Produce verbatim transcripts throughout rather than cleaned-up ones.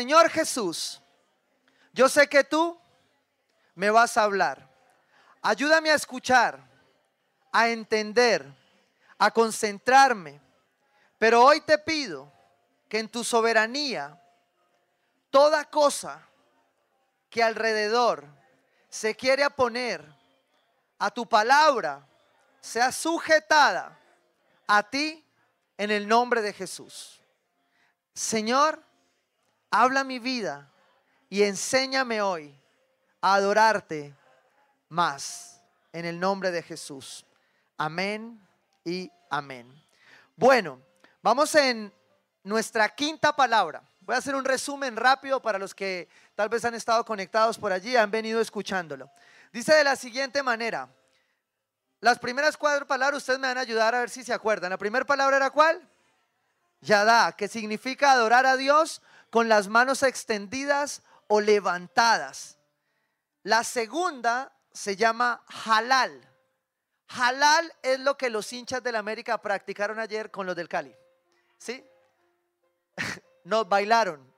Señor Jesús, yo sé que tú me vas a hablar. Ayúdame a escuchar, a entender, a concentrarme. Pero hoy te pido que en tu soberanía, toda cosa que alrededor se quiere poner a tu palabra sea sujetada a ti en el nombre de Jesús. Señor, habla mi vida y enséñame hoy a adorarte más en el nombre de Jesús. Amén y amén. Bueno, vamos en nuestra quinta palabra. Voy a hacer un resumen rápido para los que tal vez han estado conectados por allí, han venido escuchándolo. Dice de la siguiente manera: las primeras cuatro palabras ustedes me van a ayudar a ver si se acuerdan. La primera palabra era ¿cuál? Yadá, que significa adorar a Dios con las manos extendidas o levantadas. La segunda se llama halal. Halal es lo que los hinchas del América practicaron ayer con los del Cali. ¿Sí? Nos bailaron.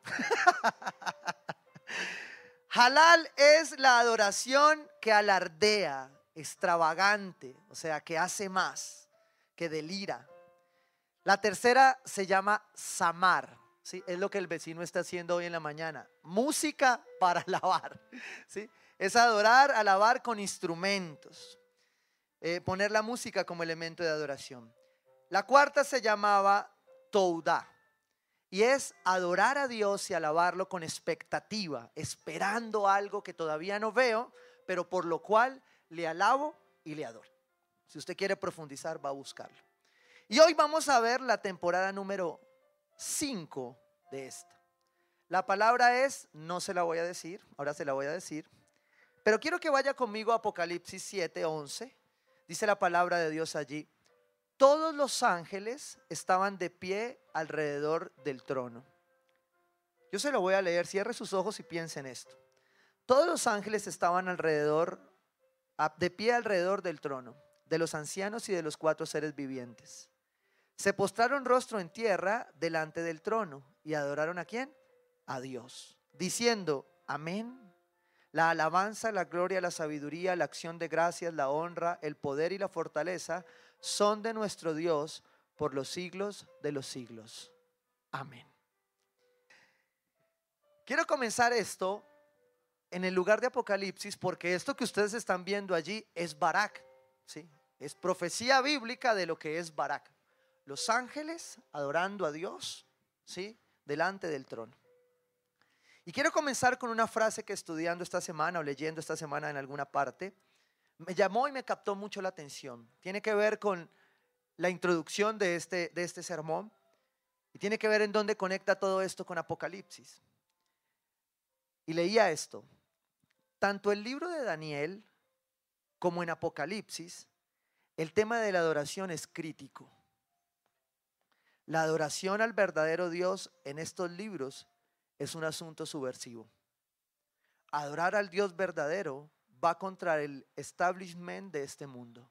Halal es la adoración que alardea, extravagante, o sea, que hace más, que delira. La tercera se llama samar, ¿sí? Es lo que el vecino está haciendo hoy en la mañana. Música para alabar, ¿sí? Es adorar, alabar con instrumentos. Eh, poner la música como elemento de adoración. La cuarta se llamaba toudá. Y es adorar a Dios y alabarlo con expectativa, esperando algo que todavía no veo, pero por lo cual le alabo y le adoro. Si usted quiere profundizar, va a buscarlo. Y hoy vamos a ver la temporada número cinco de esta. La palabra es, no se la voy a decir, ahora se la voy a decir, pero quiero que vaya conmigo a Apocalipsis siete once. Dice la palabra de Dios allí: todos los ángeles estaban de pie alrededor del trono. Yo se lo voy a leer, cierre sus ojos y piense en esto. Todos los ángeles estaban alrededor, de pie alrededor del trono, de los ancianos y de los cuatro seres vivientes. Se postraron rostro en tierra delante del trono y adoraron ¿a quién? A Dios, diciendo amén. La alabanza, la gloria, la sabiduría, la acción de gracias, la honra, el poder y la fortaleza son de nuestro Dios por los siglos de los siglos. Amén. Quiero comenzar esto en el lugar de Apocalipsis porque esto que ustedes están viendo allí es Barak, ¿sí? Es profecía bíblica de lo que es Barak. Los ángeles adorando a Dios, ¿sí? Delante del trono. Y quiero comenzar con una frase que estudiando esta semana o leyendo esta semana en alguna parte me llamó y me captó mucho la atención. Tiene que ver con la introducción de este, de este sermón y tiene que ver en dónde conecta todo esto con Apocalipsis. Y leía esto: tanto el libro de Daniel como en Apocalipsis el tema de la adoración es crítico. La adoración al verdadero Dios en estos libros es un asunto subversivo. Adorar al Dios verdadero va contra el establishment de este mundo.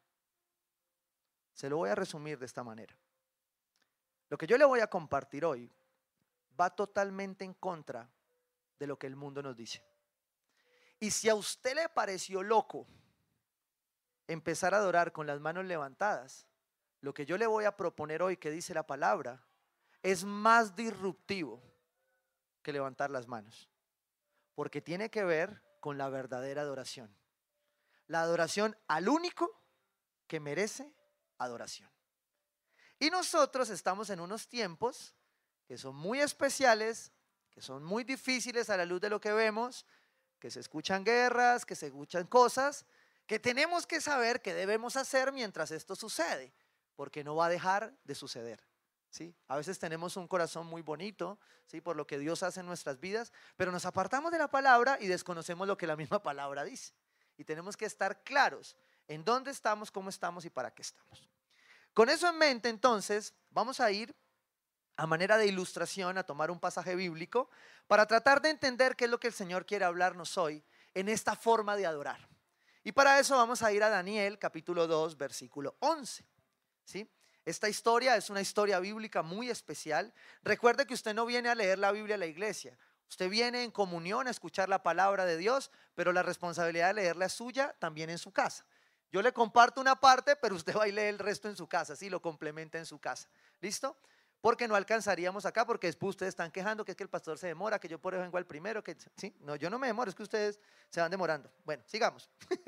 Se lo voy a resumir de esta manera. Lo que yo le voy a compartir hoy va totalmente en contra de lo que el mundo nos dice. Y si a usted le pareció loco empezar a adorar con las manos levantadas, lo que yo le voy a proponer hoy, que dice la palabra, es más disruptivo que levantar las manos, porque tiene que ver con la verdadera adoración. La adoración al único que merece adoración. Y nosotros estamos en unos tiempos que son muy especiales, que son muy difíciles a la luz de lo que vemos, que se escuchan guerras, que se escuchan cosas, que tenemos que saber qué debemos hacer mientras esto sucede, porque no va a dejar de suceder. ¿Sí? A veces tenemos un corazón muy bonito, ¿sí? Por lo que Dios hace en nuestras vidas, pero nos apartamos de la palabra y desconocemos lo que la misma palabra dice. Y tenemos que estar claros en dónde estamos, cómo estamos y para qué estamos. Con eso en mente, entonces, vamos a ir a manera de ilustración a tomar un pasaje bíblico para tratar de entender qué es lo que el Señor quiere hablarnos hoy en esta forma de adorar. Y para eso vamos a ir a Daniel capítulo dos, versículo once, ¿sí? Esta historia es una historia bíblica muy especial. Recuerde que usted no viene a leer la Biblia a la iglesia, Usted viene en comunión a escuchar la palabra de Dios, pero la responsabilidad de leerla es suya también en su casa. Yo le comparto una parte, pero usted va y lee el resto en su casa, sí, lo complementa en su casa. ¿Listo? Porque no alcanzaríamos acá, porque después ustedes están quejando que es que el pastor se demora, que yo por eso vengo al primero, que sí, no, yo no me demoro, es que ustedes se van demorando. Bueno, sigamos.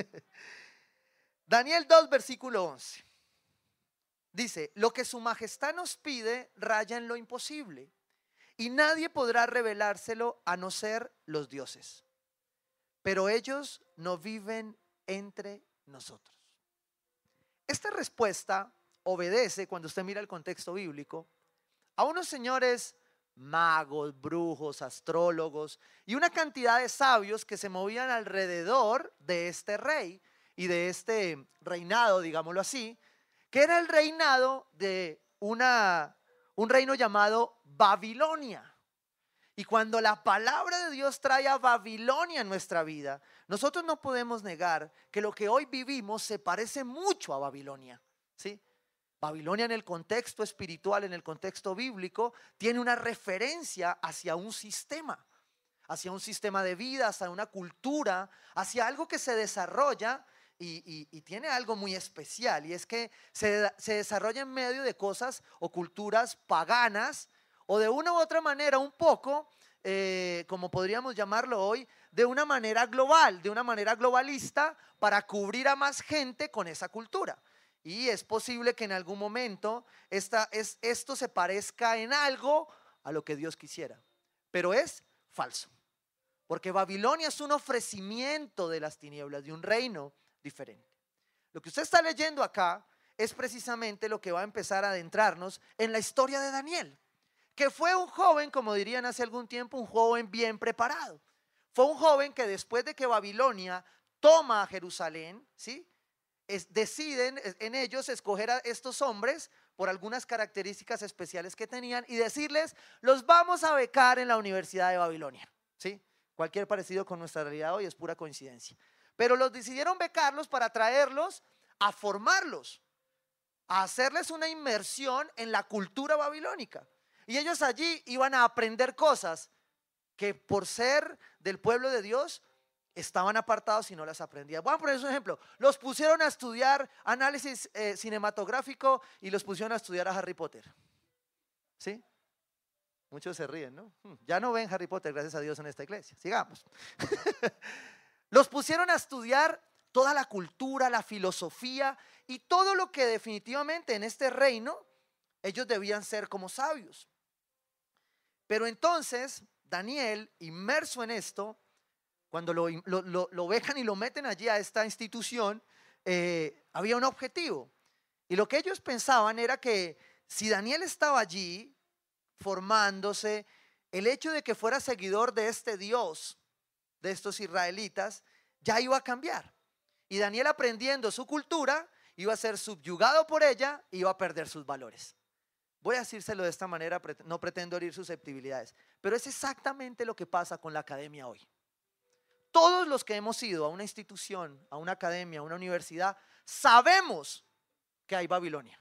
Daniel dos, versículo once. Dice, lo que su majestad nos pide raya en lo imposible, y nadie podrá revelárselo a no ser los dioses. Pero ellos no viven entre nosotros. Esta respuesta obedece, cuando usted mira el contexto bíblico, a unos señores magos, brujos, astrólogos y una cantidad de sabios que se movían alrededor de este rey y de este reinado, digámoslo así, que era el reinado de una, un reino llamado Babilonia. Y cuando la palabra de Dios trae a Babilonia en nuestra vida, nosotros no podemos negar que lo que hoy vivimos se parece mucho a Babilonia, ¿sí? Babilonia en el contexto espiritual, en el contexto bíblico, tiene una referencia hacia un sistema, hacia un sistema de vida, hacia una cultura, hacia algo que se desarrolla y, y, y tiene algo muy especial, y es que se, se desarrolla en medio de cosas o culturas paganas, o de una u otra manera un poco, eh, como podríamos llamarlo hoy, de una manera global, de una manera globalista, para cubrir a más gente con esa cultura. Y es posible que en algún momento esta, es, esto se parezca en algo a lo que Dios quisiera, pero es falso, porque Babilonia es un ofrecimiento de las tinieblas, de un reino diferente. Lo que usted está leyendo acá es precisamente lo que va a empezar a adentrarnos en la historia de Daniel, que fue un joven, como dirían hace algún tiempo, un joven bien preparado. Fue un joven que después de que Babilonia toma a Jerusalén, ¿sí?, Es, deciden en ellos escoger a estos hombres por algunas características especiales que tenían y decirles, los vamos a becar en la Universidad de Babilonia, ¿sí? Cualquier parecido con nuestra realidad hoy es pura coincidencia. Pero los decidieron becarlos para traerlos a formarlos, a hacerles una inmersión en la cultura babilónica. Y ellos allí iban a aprender cosas que por ser del pueblo de Dios estaban apartados y no las aprendían. Voy a poner un ejemplo. Los pusieron a estudiar análisis eh, cinematográfico y los pusieron a estudiar a Harry Potter. ¿Sí? Muchos se ríen, ¿no? Ya no ven Harry Potter, gracias a Dios, en esta iglesia. Sigamos. Los pusieron a estudiar toda la cultura, la filosofía y todo lo que definitivamente en este reino ellos debían ser como sabios. Pero entonces Daniel, inmerso en esto, cuando lo, lo, lo, lo becan y lo meten allí a esta institución, eh, había un objetivo. Y lo que ellos pensaban era que si Daniel estaba allí formándose, el hecho de que fuera seguidor de este Dios, de estos israelitas, ya iba a cambiar. Y Daniel, aprendiendo su cultura, iba a ser subyugado por ella y iba a perder sus valores. Voy a decírselo de esta manera, no pretendo herir susceptibilidades, pero es exactamente lo que pasa con la academia hoy. Todos los que hemos ido a una institución, a una academia, a una universidad, sabemos que hay Babilonia.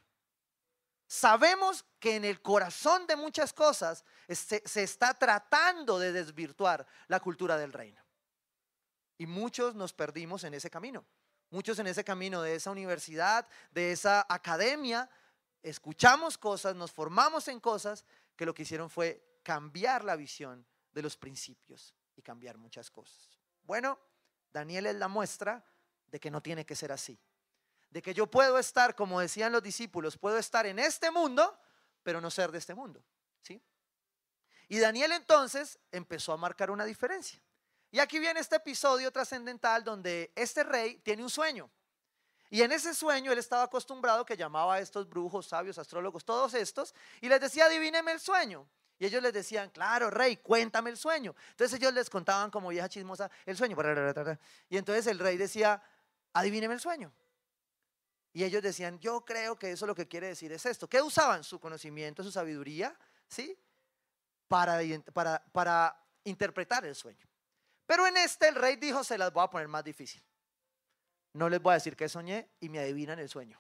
Sabemos que en el corazón de muchas cosas se, se está tratando de desvirtuar la cultura del reino. Y muchos nos perdimos en ese camino. Muchos en ese camino de esa universidad, de esa academia, escuchamos cosas, nos formamos en cosas que lo que hicieron fue cambiar la visión de los principios y cambiar muchas cosas. Bueno, Daniel es la muestra de que no tiene que ser así. De que yo puedo estar, como decían los discípulos, puedo estar en este mundo, pero no ser de este mundo, ¿sí? Y Daniel entonces empezó a marcar una diferencia. Y aquí viene este episodio trascendental donde este rey tiene un sueño. Y en ese sueño él estaba acostumbrado, que llamaba a estos brujos, sabios, astrólogos, todos estos, y les decía, adivíneme el sueño. Y ellos les decían, claro, rey, cuéntame el sueño. Entonces ellos les contaban como vieja chismosa el sueño. Y entonces el rey decía, adivíneme el sueño. Y ellos decían, yo creo que eso lo que quiere decir es esto. ¿Qué usaban? Su conocimiento, su sabiduría, ¿sí? Para, para, para interpretar el sueño. Pero en este el rey dijo, se las voy a poner más difícil. No les voy a decir que soñé y me adivinan el sueño.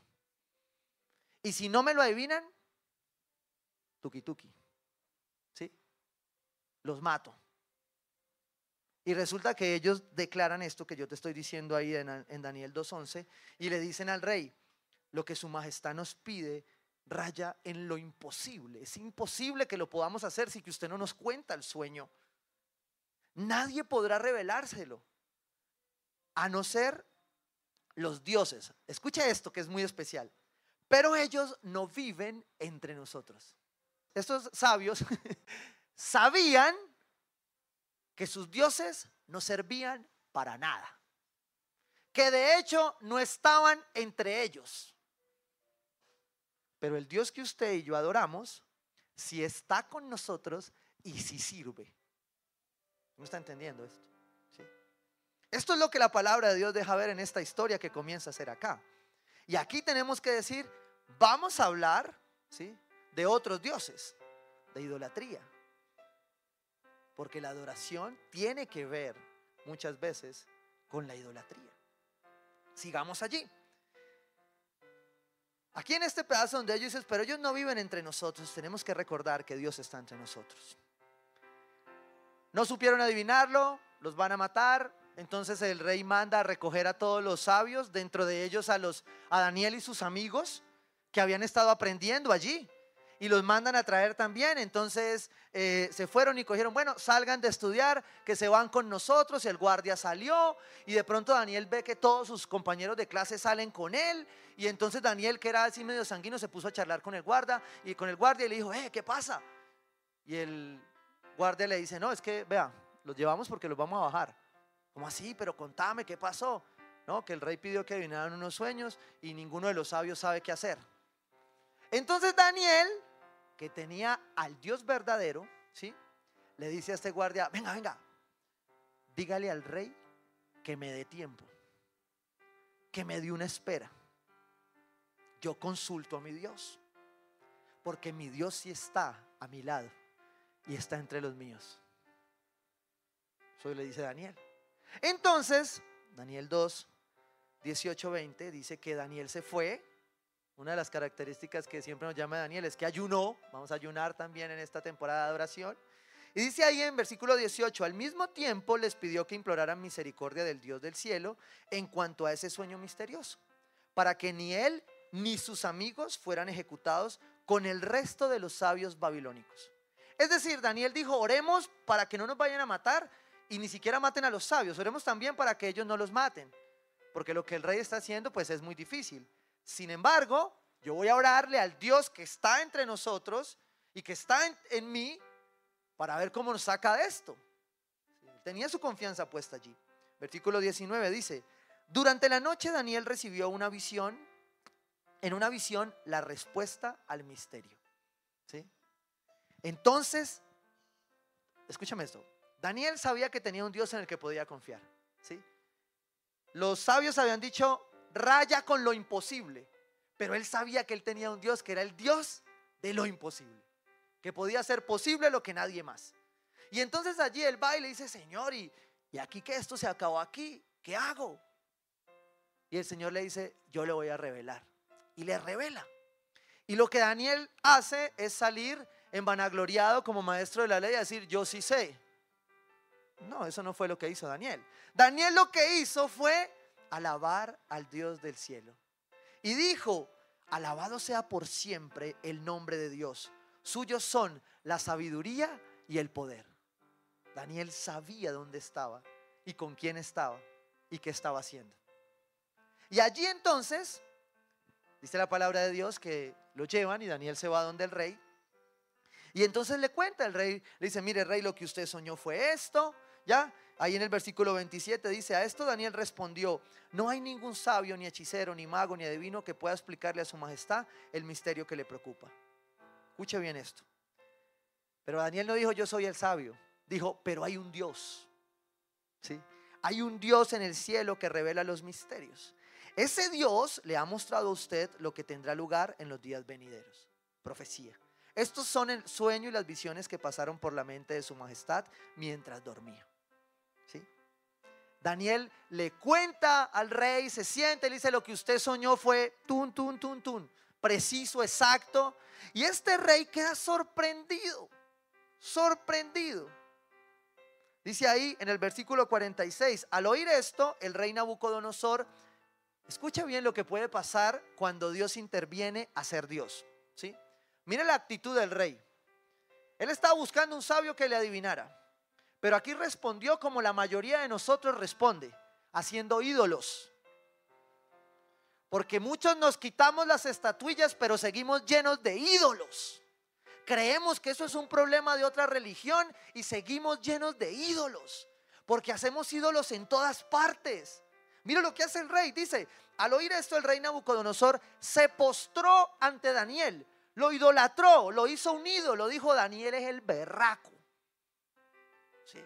Y si no me lo adivinan, tuki tuki, ¿sí? Los mato. Y resulta que ellos declaran esto que yo te estoy diciendo ahí en, en Daniel dos once, y le dicen al rey: lo que su majestad nos pide raya en lo imposible. Es imposible que lo podamos hacer si que usted no nos cuenta el sueño. Nadie podrá revelárselo, a no ser los dioses. Escucha esto que es muy especial. Pero ellos no viven entre nosotros. Estos sabios sabían que sus dioses no servían para nada, que de hecho no estaban entre ellos. Pero el Dios que usted y yo adoramos, si está con nosotros y si sirve. ¿No está entendiendo esto? ¿Sí? Esto es lo que la palabra de Dios deja ver en esta historia que comienza a ser acá. Y aquí tenemos que decir, vamos a hablar, ¿sí?, de otros dioses, de idolatría. Porque la adoración tiene que ver muchas veces con la idolatría. Sigamos allí. Aquí en este pedazo donde ellos dicen, pero ellos no viven entre nosotros, tenemos que recordar que Dios está entre nosotros. No supieron adivinarlo, los van a matar. Entonces el rey manda a recoger a todos los sabios, dentro de ellos a, los, a Daniel y sus amigos que habían estado aprendiendo allí. Y los mandan a traer también. Entonces eh, se fueron y cogieron, bueno, salgan de estudiar, que se van con nosotros. Y el guardia salió, y de pronto Daniel ve que todos sus compañeros de clase salen con él. Y entonces Daniel, que era así medio sanguíneo, se puso a charlar con el guarda y con el guardia y le dijo, eh, ¿qué pasa? Y el guardia le dice, no, es que, vea, los llevamos porque los vamos a bajar. ¿Cómo así? Pero contame, ¿qué pasó? No, que el rey pidió que adivinaran unos sueños y ninguno de los sabios sabe qué hacer. Entonces Daniel, que tenía al Dios verdadero, ¿sí?, le dice a este guardia, venga, venga, dígale al rey que me dé tiempo, que me dé una espera. Yo consulto a mi Dios, porque mi Dios sí está a mi lado y está entre los míos. Eso le dice Daniel. Entonces, Daniel dos, dieciocho, veinte dice que Daniel se fue. Una de las características que siempre nos llama Daniel es que ayunó. Vamos a ayunar también en esta temporada de adoración. Y dice ahí en versículo dieciocho, al mismo tiempo les pidió que imploraran misericordia del Dios del cielo en cuanto a ese sueño misterioso, para que ni él ni sus amigos fueran ejecutados con el resto de los sabios babilónicos. Es decir, Daniel dijo, oremos para que no nos vayan a matar y ni siquiera maten a los sabios. Oremos también para que ellos no los maten, porque lo que el rey está haciendo pues es muy difícil. Sin embargo, yo voy a orarle al Dios que está entre nosotros y que está en, en mí, para ver cómo nos saca de esto. Tenía su confianza puesta allí. Versículo diecinueve dice, durante la noche Daniel recibió una visión, en una visión la respuesta al misterio. ¿Sí? Entonces, escúchame esto, Daniel sabía que tenía un Dios en el que podía confiar. ¿Sí? Los sabios habían dicho, raya con lo imposible, pero él sabía que él tenía un Dios que era el Dios de lo imposible, que podía hacer posible lo que nadie más. Y entonces allí él va y le dice, Señor, y, y aquí que esto se acabó aquí, ¿qué hago? Y el Señor le dice, yo le voy a revelar. Y le revela. Y lo que Daniel hace es salir en vanagloriado como maestro de la ley, a decir, yo sí sé. No, eso no fue lo que hizo Daniel. Daniel lo que hizo fue alabar al Dios del cielo. Y dijo, alabado sea por siempre el nombre de Dios. Suyos son la sabiduría y el poder. Daniel sabía dónde estaba y con quién estaba y qué estaba haciendo. Y allí entonces, dice la palabra de Dios que lo llevan y Daniel se va donde el rey. Y entonces le cuenta el rey, le dice, mire rey, lo que usted soñó fue esto, ¿ya? Ahí en el versículo veintisiete dice, a esto Daniel respondió, no hay ningún sabio, ni hechicero, ni mago, ni adivino que pueda explicarle a su majestad el misterio que le preocupa. Escuche bien esto. Pero Daniel no dijo, yo soy el sabio. Dijo, pero hay un Dios. ¿Sí? Hay un Dios en el cielo que revela los misterios. Ese Dios le ha mostrado a usted lo que tendrá lugar en los días venideros. Profecía. Estos son el sueño y las visiones que pasaron por la mente de su majestad mientras dormía. ¿Sí? Daniel le cuenta al rey, se siente, le dice, lo que usted soñó fue tun, tun, tun, tun, preciso, exacto. Y este rey queda sorprendido, sorprendido. Dice ahí en el versículo cuarenta y seis, al oír esto, el rey Nabucodonosor, escucha bien lo que puede pasar cuando Dios interviene a ser Dios, ¿sí? Mire la actitud del rey. Él estaba buscando un sabio que le adivinara, pero aquí respondió como la mayoría de nosotros responde, haciendo ídolos. Porque muchos nos quitamos las estatuillas, pero seguimos llenos de ídolos. Creemos que eso es un problema de otra religión y seguimos llenos de ídolos, porque hacemos ídolos en todas partes. Mira lo que hace el rey. Dice, al oír esto el rey Nabucodonosor se postró ante Daniel, lo idolatró, lo hizo un ídolo. Dijo, Daniel es el berraco, ¿sí?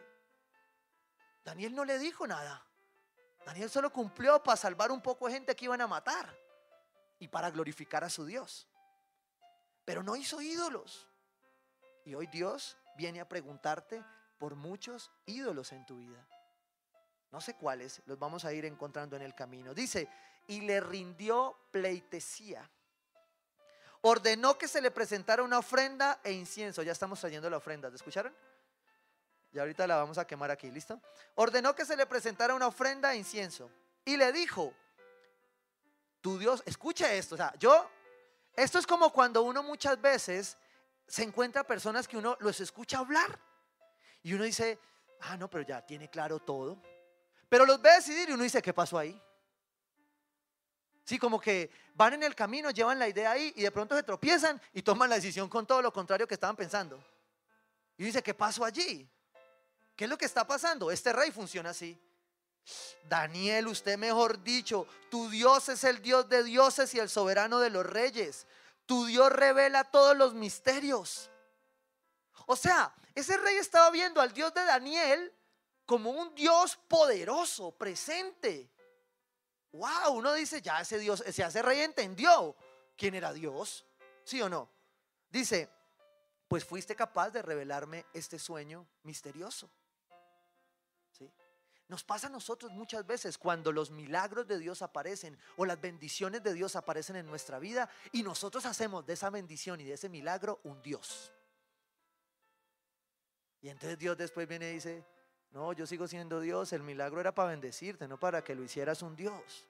Daniel no le dijo nada. Daniel solo cumplió para salvar un poco de gente que iban a matar y para glorificar a su Dios, pero no hizo ídolos. Y hoy Dios viene a preguntarte por muchos ídolos en tu vida. No sé cuáles, los vamos a ir encontrando en el camino. Dice, y le rindió pleitesía. Ordenó que se le presentara una ofrenda e incienso. Ya estamos trayendo la ofrenda, ¿te escucharon? Y ahorita la vamos a quemar aquí, ¿listo? Ordenó que se le presentara una ofrenda e incienso. Y le dijo, tu Dios, escucha esto. O sea, yo, esto es como cuando uno muchas veces se encuentra personas que uno los escucha hablar y uno dice, ah, no, pero ya tiene claro todo. Pero los ve decidir y uno dice, ¿qué pasó ahí? Sí, como que van en el camino, llevan la idea ahí y de pronto se tropiezan y toman la decisión con todo lo contrario que estaban pensando. Y dice, ¿qué pasó allí? ¿Qué es lo que está pasando? Este rey funciona así. Daniel, usted mejor dicho, tu Dios es el Dios de dioses y el soberano de los reyes. Tu Dios revela todos los misterios. O sea, ese rey estaba viendo al Dios de Daniel como un Dios poderoso, presente. Wow, uno dice, ya ese Dios, ese, ese rey entendió quién era Dios, ¿sí o no? Dice, pues fuiste capaz de revelarme este sueño misterioso. ¿Sí? Nos pasa a nosotros muchas veces cuando los milagros de Dios aparecen o las bendiciones de Dios aparecen en nuestra vida y nosotros hacemos de esa bendición y de ese milagro un Dios. Y entonces Dios después viene y dice, no, yo sigo siendo Dios, el milagro era para bendecirte, no para que lo hicieras un Dios.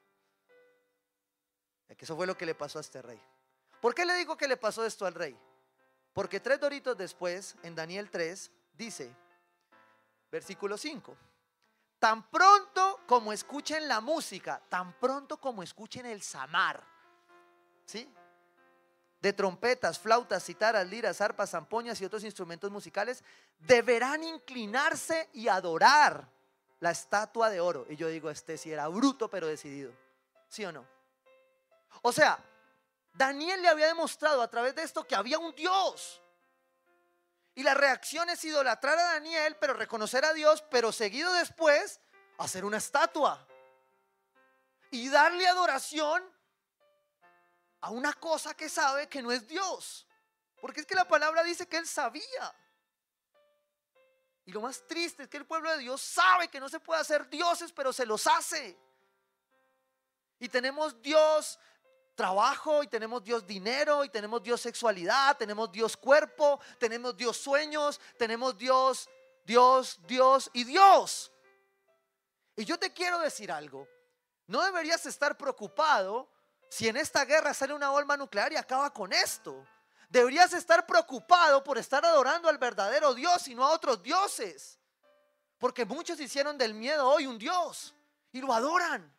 Es que eso fue lo que le pasó a este rey. ¿Por qué le digo que le pasó esto al rey? Porque tres doritos después, en Daniel tres, dice, versículo cinco, tan pronto como escuchen la música, tan pronto como escuchen el samar, ¿sí? De trompetas, flautas, citaras, liras, arpas, zampoñas y otros instrumentos musicales, deberán inclinarse y adorar la estatua de oro. Y yo digo, este sí era bruto pero decidido, ¿sí o no? O sea, Daniel le había demostrado a través de esto que había un Dios. Y la reacción es idolatrar a Daniel, pero reconocer a Dios, pero seguido después hacer una estatua y darle adoración a una cosa que sabe que no es Dios. Porque es que la palabra dice que él sabía. Y lo más triste es que el pueblo de Dios sabe que no se puede hacer dioses, pero se los hace. Y tenemos Dios trabajo, y tenemos Dios dinero, y tenemos Dios sexualidad, tenemos Dios cuerpo, tenemos Dios sueños, tenemos Dios, Dios, Dios y Dios. Y yo te quiero decir algo, no deberías estar preocupado si en esta guerra sale una bomba nuclear y acaba con esto. Deberías estar preocupado por estar adorando al verdadero Dios y no a otros dioses, porque muchos hicieron del miedo hoy un Dios y lo adoran.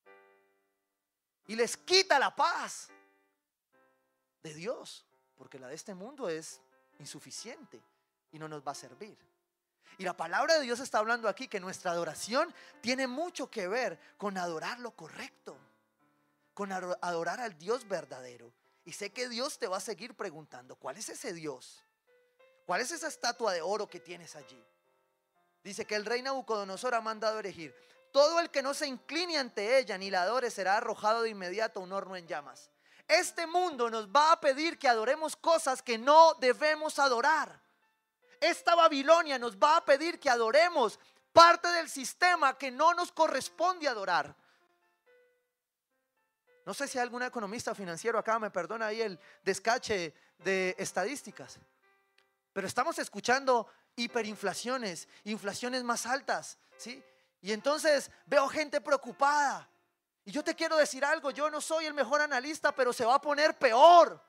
Y les quita la paz de Dios, porque la de este mundo es insuficiente y no nos va a servir. Y la palabra de Dios está hablando aquí que nuestra adoración tiene mucho que ver con adorar lo correcto, con adorar al Dios verdadero. Y sé que Dios te va a seguir preguntando, ¿cuál es ese Dios? ¿Cuál es esa estatua de oro que tienes allí? Dice que el rey Nabucodonosor ha mandado erigir. Todo el que no se incline ante ella ni la adore será arrojado de inmediato a un horno en llamas. Este mundo nos va a pedir que adoremos cosas que no debemos adorar. Esta Babilonia nos va a pedir que adoremos parte del sistema que no nos corresponde adorar. No sé si hay algún economista financiero acá, me perdona ahí el descache de estadísticas, pero estamos escuchando hiperinflaciones, inflaciones más altas, ¿sí? Y entonces veo gente preocupada. Y yo te quiero decir algo, yo no soy el mejor analista, pero se va a poner peor.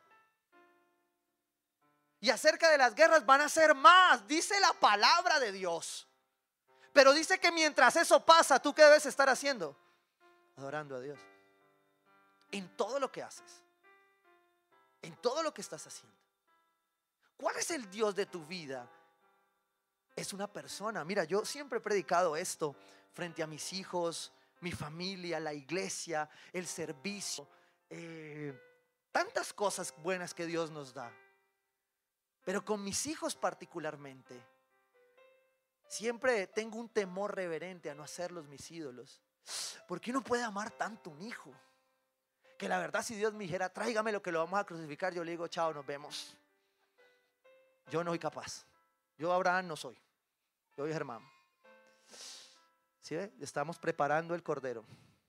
Y acerca de las guerras van a ser más, dice la palabra de Dios. Pero dice que mientras eso pasa, ¿tú qué debes estar haciendo? Adorando a Dios. En todo lo que haces, en todo lo que estás haciendo. ¿Cuál es el Dios de tu vida? Es una persona. Mira, yo siempre he predicado esto frente a mis hijos, mi familia, la iglesia, el servicio, eh, tantas cosas buenas que Dios nos da. Pero con mis hijos particularmente, siempre tengo un temor reverente a no hacerlos mis ídolos. Porque uno puede amar tanto a un hijo, que la verdad, si Dios me dijera, tráigame lo que lo vamos a crucificar, yo le digo, chao, nos vemos. Yo no soy capaz. Yo Abraham no soy. Yo soy Germán. ¿Sí ve? Estamos preparando el cordero.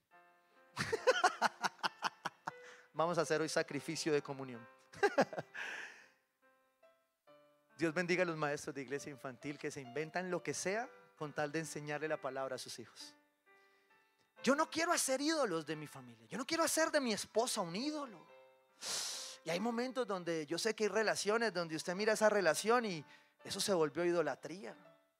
Vamos a hacer hoy sacrificio de comunión. Dios bendiga a los maestros de iglesia infantil que se inventan lo que sea con tal de enseñarle la palabra a sus hijos. Yo no quiero hacer ídolos de mi familia. Yo no quiero hacer de mi esposa un ídolo. Y hay momentos donde yo sé que hay relaciones donde usted mira esa relación y eso se volvió idolatría.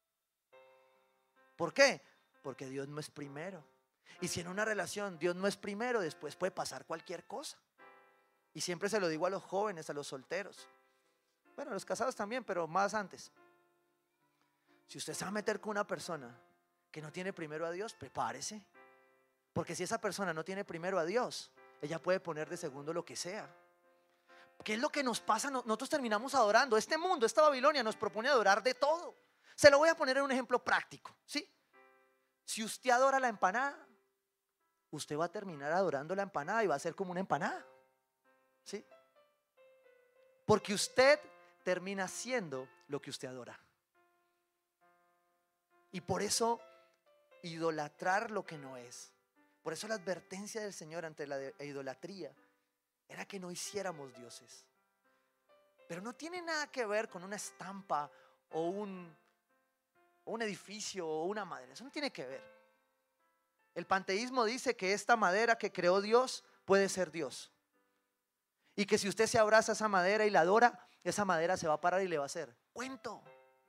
¿Por qué? Porque Dios no es primero. Y si en una relación Dios no es primero, después puede pasar cualquier cosa. Y siempre se lo digo a los jóvenes, a los solteros. Bueno, a los casados también, pero más antes. Si usted se va a meter con una persona que no tiene primero a Dios, prepárese. Porque si esa persona no tiene primero a Dios, ella puede poner de segundo lo que sea. ¿Qué es lo que nos pasa? Nosotros terminamos adorando. Este mundo, esta Babilonia nos propone adorar de todo. Se lo voy a poner en un ejemplo práctico, ¿sí? Si usted adora la empanada, usted va a terminar adorando la empanada y va a ser como una empanada, ¿sí? Porque usted termina siendo lo que usted adora. Y por eso idolatrar lo que no es. Por eso la advertencia del Señor ante la idolatría era que no hiciéramos dioses. Pero no tiene nada que ver con una estampa o un, o un edificio o una madera. Eso no tiene que ver. El panteísmo dice que esta madera que creó Dios puede ser Dios. Y que si usted se abraza a esa madera y la adora, esa madera se va a parar y le va a hacer cuento.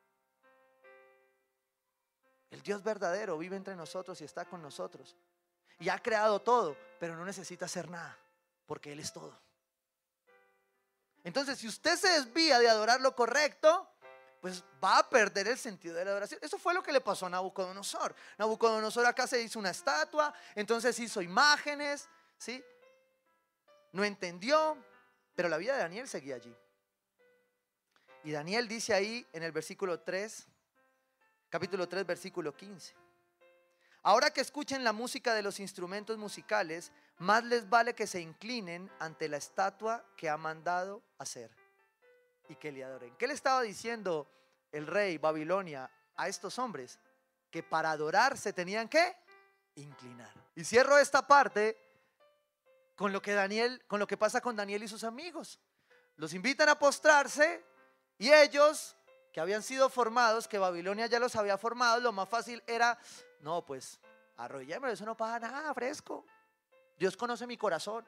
El Dios verdadero vive entre nosotros y está con nosotros. Y ha creado todo, pero no necesita hacer nada, porque Él es todo. Entonces, si usted se desvía de adorar lo correcto, pues va a perder el sentido de la adoración. Eso fue lo que le pasó a Nabucodonosor. Nabucodonosor acá se hizo una estatua, entonces hizo imágenes, ¿sí? No entendió, pero la vida de Daniel seguía allí. Y Daniel dice ahí en el versículo tres, capítulo tres, versículo quince. Ahora que escuchen la música de los instrumentos musicales, más les vale que se inclinen ante la estatua que ha mandado hacer y que le adoren. ¿Qué le estaba diciendo el rey Babilonia a estos hombres? Que para adorar se tenían que inclinar. Y cierro esta parte con lo que Daniel, con lo que pasa con Daniel y sus amigos. Los invitan a postrarse y ellos, que habían sido formados, que Babilonia ya los había formado, lo más fácil era, no, pues arrodillémonos, eso no pasa nada, fresco. Dios conoce mi corazón.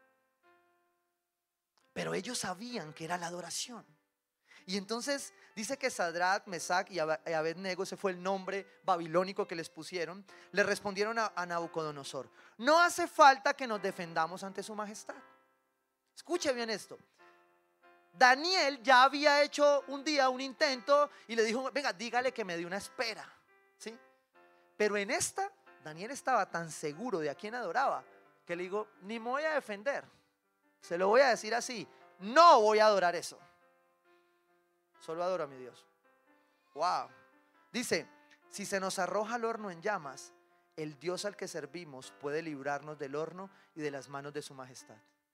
Pero ellos sabían que era la adoración. Y entonces dice que Sadrach, Mesach y Abednego, ese fue el nombre babilónico que les pusieron, le respondieron a, a Nabucodonosor: no hace falta que nos defendamos ante su majestad. Escuche bien esto. Daniel ya había hecho un día un intento y le dijo: venga, dígale que me dé una espera, ¿sí? Pero en esta, Daniel estaba tan seguro de a quién adoraba que le digo: ni me voy a defender, se lo voy a decir así, no voy a adorar eso, solo adoro a mi Dios. Wow. Dice: si se nos arroja al horno en llamas, el Dios al que servimos puede librarnos del horno y de las manos de su majestad.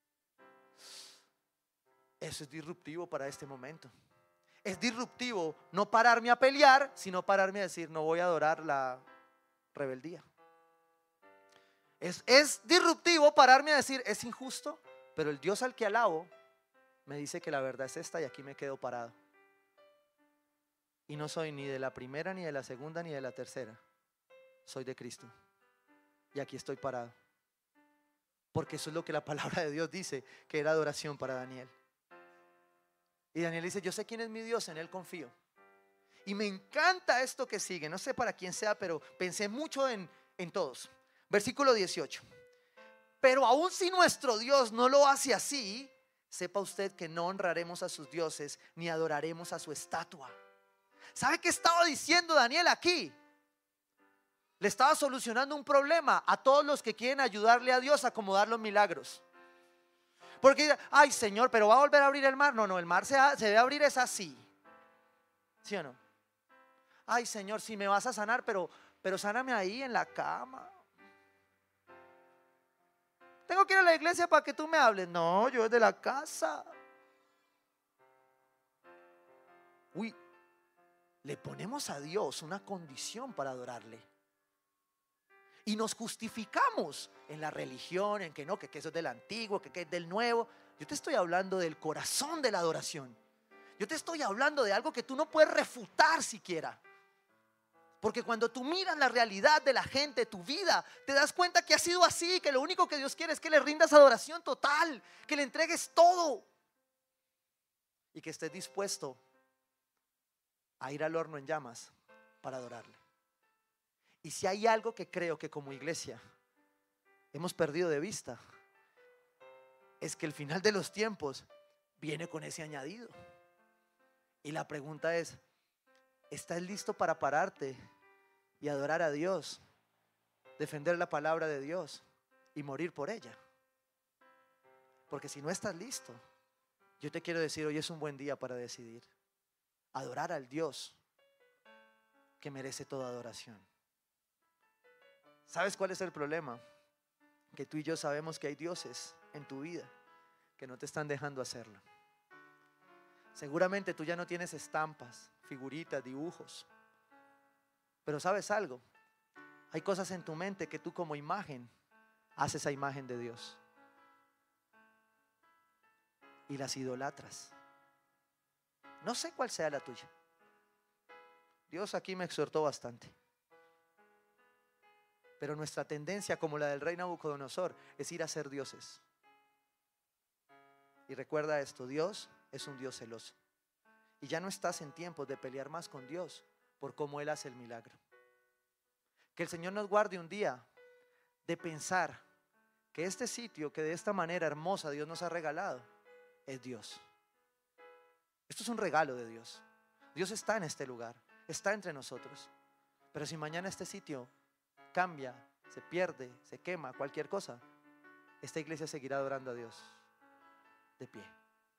Eso es disruptivo para este momento. Es disruptivo no pararme a pelear, sino pararme a decir: no voy a adorar la rebeldía. Es, es disruptivo pararme a decir: es injusto, pero el Dios al que alabo me dice que la verdad es esta y aquí me quedo parado. Y no soy ni de la primera, ni de la segunda, ni de la tercera. Soy de Cristo. Y aquí estoy parado. Porque eso es lo que la palabra de Dios dice, que era adoración para Daniel. Y Daniel dice, yo sé quién es mi Dios, en él confío. Y me encanta esto que sigue. No sé para quién sea, pero pensé mucho en, en todos. Versículo dieciocho. Pero aun si nuestro Dios no lo hace así, sepa usted que no honraremos a sus dioses ni adoraremos a su estatua. ¿Sabe qué estaba diciendo Daniel aquí? Le estaba solucionando un problema a todos los que quieren ayudarle a Dios a acomodar los milagros. Porque, ay Señor, pero va a volver a abrir el mar. No, no, el mar se, se debe abrir es así. ¿Sí o no? Ay Señor, si me vas a sanar, pero, pero sáname ahí en la cama. Tengo que ir a la iglesia para que tú me hables. No, yo desde la casa. Uy, le ponemos a Dios una condición para adorarle. Y nos justificamos en la religión, en que no, que, que eso es del antiguo, que, que es del nuevo. Yo te estoy hablando del corazón de la adoración. Yo te estoy hablando de algo que tú no puedes refutar siquiera. Porque cuando tú miras la realidad de la gente, tu vida, te das cuenta que ha sido así, que lo único que Dios quiere es que le rindas adoración total, que le entregues todo y que estés dispuesto a ir al horno en llamas para adorarle. Y si hay algo que creo que como iglesia hemos perdido de vista, es que el final de los tiempos viene con ese añadido. Y la pregunta es, ¿estás listo para pararte y adorar a Dios, defender la palabra de Dios y morir por ella? Porque si no estás listo, yo te quiero decir, hoy es un buen día para decidir adorar al Dios que merece toda adoración. ¿Sabes cuál es el problema? Que tú y yo sabemos que hay dioses en tu vida que no te están dejando hacerlo. Seguramente tú ya no tienes estampas, figuritas, dibujos. Pero ¿sabes algo? Hay cosas en tu mente que tú como imagen haces esa imagen de Dios y las idolatras. No sé cuál sea la tuya. Dios aquí me exhortó bastante. Pero nuestra tendencia, como la del rey Nabucodonosor, es ir a ser dioses. Y recuerda esto, Dios es un Dios celoso. Y ya no estás en tiempos de pelear más con Dios por cómo Él hace el milagro. Que el Señor nos guarde un día de pensar que este sitio que de esta manera hermosa Dios nos ha regalado es Dios. Esto es un regalo de Dios. Dios está en este lugar, está entre nosotros. Pero si mañana este sitio cambia, se pierde, se quema, cualquier cosa, esta iglesia seguirá adorando a Dios de pie.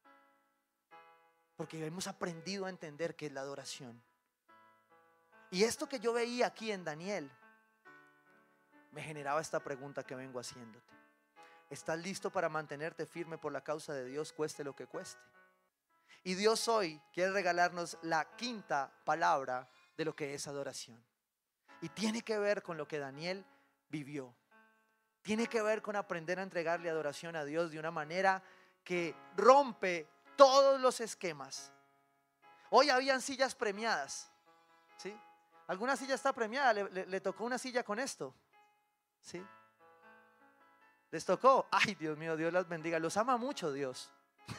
Porque hemos aprendido a entender qué es la adoración. Y esto que yo veía aquí en Daniel me generaba esta pregunta que vengo haciéndote. ¿Estás listo para mantenerte firme por la causa de Dios, cueste lo que cueste? Y Dios hoy quiere regalarnos la quinta palabra de lo que es adoración. Y tiene que ver con lo que Daniel vivió. Tiene que ver con aprender a entregarle adoración a Dios de una manera que rompe todos los esquemas. Hoy habían sillas premiadas, ¿sí? ¿Alguna silla está premiada? ¿Le, le, le tocó una silla con esto? ¿Sí? ¿Les tocó? Ay, Dios mío, Dios las bendiga. Los ama mucho Dios.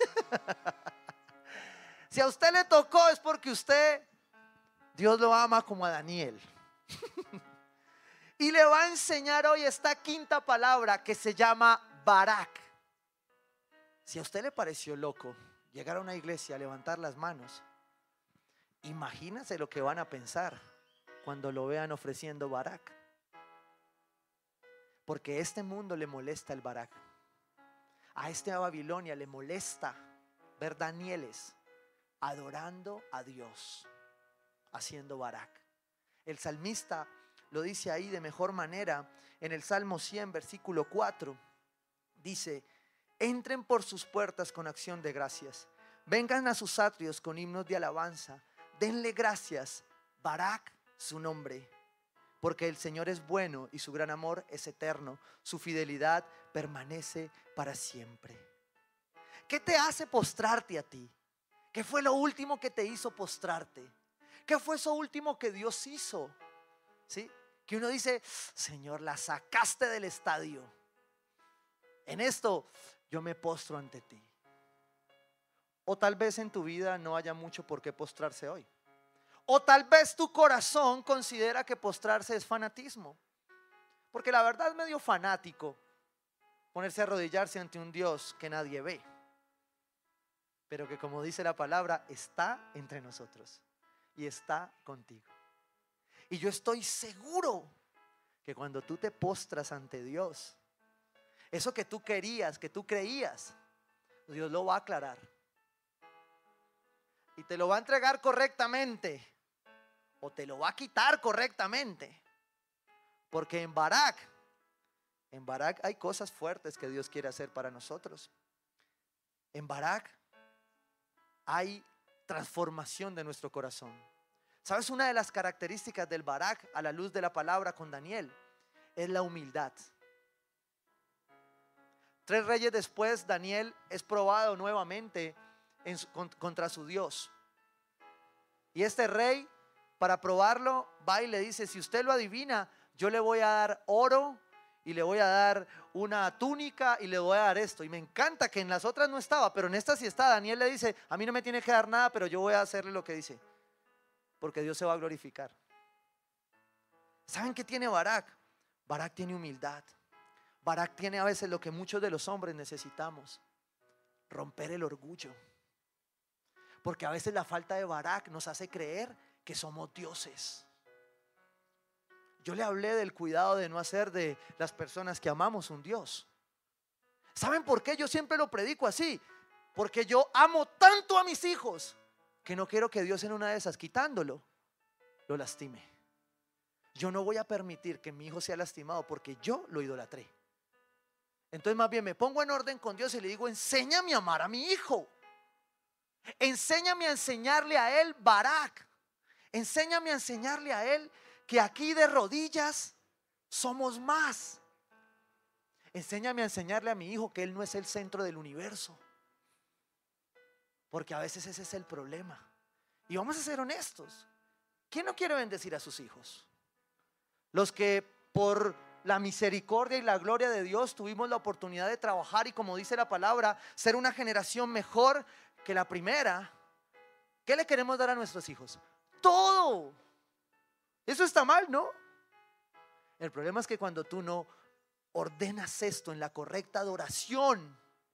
Si a usted le tocó es porque usted, Dios lo ama como a Daniel. Y le va a enseñar hoy esta quinta palabra que se llama Barak. Si a usted le pareció loco llegar a una iglesia a levantar las manos, imagínense lo que van a pensar cuando lo vean ofreciendo Barak. Porque a este mundo le molesta el Barak. A este Babilonia le molesta ver Danieles adorando a Dios, haciendo Barak. El salmista lo dice ahí de mejor manera en el Salmo cien, versículo cuatro. Dice: entren por sus puertas con acción de gracias, vengan a sus atrios con himnos de alabanza, denle gracias, Barak su nombre, porque el Señor es bueno y su gran amor es eterno, su fidelidad permanece para siempre. ¿Qué te hace postrarte a ti? ¿Qué fue lo último que te hizo postrarte? ¿Qué fue eso último que Dios hizo? ¿Sí? Que uno dice, Señor, la sacaste del estadio. En esto yo me postro ante ti. O tal vez en tu vida no haya mucho por qué postrarse hoy. O tal vez tu corazón considera que postrarse es fanatismo. Porque la verdad es medio fanático ponerse a arrodillarse ante un Dios que nadie ve, pero que, como dice la palabra, está entre nosotros y está contigo. Y yo estoy seguro que cuando tú te postras ante Dios, eso que tú querías, que tú creías, Dios lo va a aclarar y te lo va a entregar correctamente, o te lo va a quitar correctamente. Porque en Barak, en Barak hay cosas fuertes que Dios quiere hacer para nosotros. En Barak hay transformación de nuestro corazón. ¿Sabes? Una de las características del Barak, a la luz de la palabra con Daniel, es la humildad. Tres reyes después, Daniel es probado nuevamente en su, contra su Dios. Y este rey, para probarlo, va y le dice: si usted lo adivina, yo le voy a dar oro y le voy a dar una túnica y le voy a dar esto. Y me encanta que en las otras no estaba, pero en esta sí está. Daniel le dice: a mí no me tiene que dar nada, pero yo voy a hacerle lo que dice, porque Dios se va a glorificar. ¿Saben qué tiene Barak? Barak tiene humildad. Barak tiene a veces lo que muchos de los hombres necesitamos: romper el orgullo. Porque a veces la falta de Barak nos hace creer que somos dioses. Yo le hablé del cuidado de no hacer de las personas que amamos un Dios. ¿Saben por qué yo siempre lo predico así? Porque yo amo tanto a mis hijos que no quiero que Dios en una de esas, quitándolo, lo lastime. Yo no voy a permitir que mi hijo sea lastimado porque yo lo idolatré. Entonces más bien me pongo en orden con Dios y le digo: enséñame a amar a mi hijo. Enséñame a enseñarle a él Barak. Enséñame a enseñarle a él que aquí de rodillas somos más. Enséñame a enseñarle a mi hijo que él no es el centro del universo. Porque a veces ese es el problema. Y vamos a ser honestos: ¿quién no quiere bendecir a sus hijos? Los que por la misericordia y la gloria de Dios tuvimos la oportunidad de trabajar y, como dice la palabra, ser una generación mejor que la primera. ¿Qué le queremos dar a nuestros hijos? Todo. Eso está mal, ¿no? El problema es que cuando tú no ordenas esto en la correcta adoración,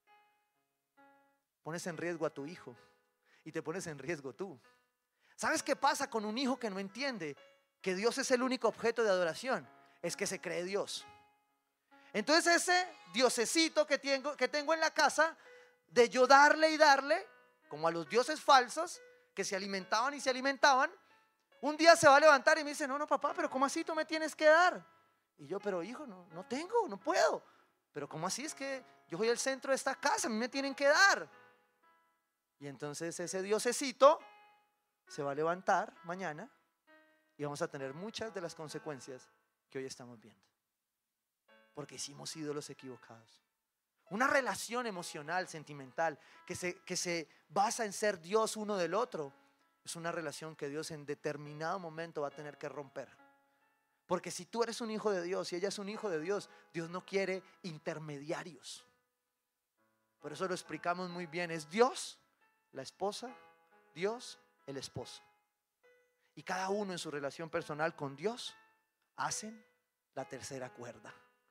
pones en riesgo a tu hijo y te pones en riesgo tú. ¿Sabes qué pasa con un hijo que no entiende que Dios es el único objeto de adoración? Es que se cree Dios. Entonces ese diosecito que tengo, que tengo en la casa, de yo darle y darle, como a los dioses falsos que se alimentaban y se alimentaban, un día se va a levantar y me dice: no, no, papá, pero ¿cómo así tú me tienes que dar? Y yo: pero hijo, no, no tengo, no puedo. Pero ¿cómo así? Es que yo soy el centro de esta casa, a mí me tienen que dar. Y entonces ese diosecito se va a levantar mañana y vamos a tener muchas de las consecuencias que hoy estamos viendo, porque hicimos ídolos equivocados. Una relación emocional, sentimental, que se, que se basa en ser Dios uno del otro, es una relación que Dios en determinado momento va a tener que romper. Porque si tú eres un hijo de Dios y ella es un hijo de Dios, Dios no quiere intermediarios. Por eso lo explicamos muy bien: es Dios la esposa, Dios el esposo. Y cada uno en su relación personal con Dios hacen la tercera cuerda.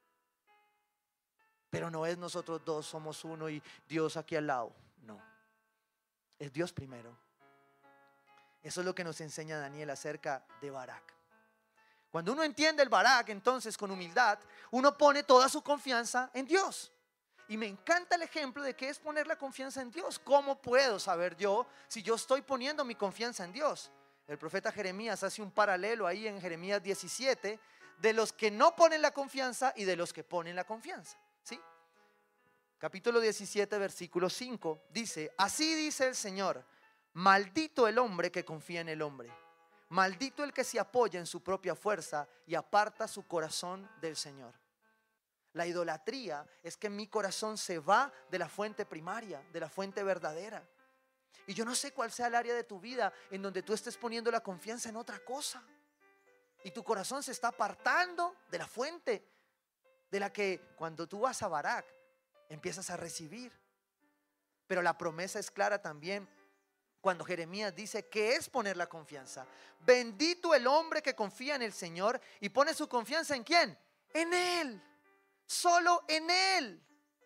Pero no es nosotros dos somos uno y Dios aquí al lado. No, es Dios primero. Eso es lo que nos enseña Daniel acerca de Barak. Cuando uno entiende el Barak, entonces con humildad uno pone toda su confianza en Dios. Y me encanta el ejemplo de qué es poner la confianza en Dios. ¿Cómo puedo saber yo si yo estoy poniendo mi confianza en Dios? El profeta Jeremías hace un paralelo ahí en Jeremías diecisiete de los que no ponen la confianza y de los que ponen la confianza. ¿Sí? Capítulo diecisiete, versículo cinco dice: así dice el Señor: maldito el hombre que confía en el hombre, maldito el que se apoya en su propia fuerza y aparta su corazón del Señor. La idolatría es que mi corazón se va de la fuente primaria, de la fuente verdadera. Y yo no sé cuál sea el área de tu vida en donde tú estés poniendo la confianza en otra cosa. Y tu corazón se está apartando de la fuente de la que cuando tú vas a Barak empiezas a recibir. Pero la promesa es clara también cuando Jeremías dice que es poner la confianza. Bendito el hombre que confía en el Señor y pone su confianza ¿en quién? En Él, solo en Él.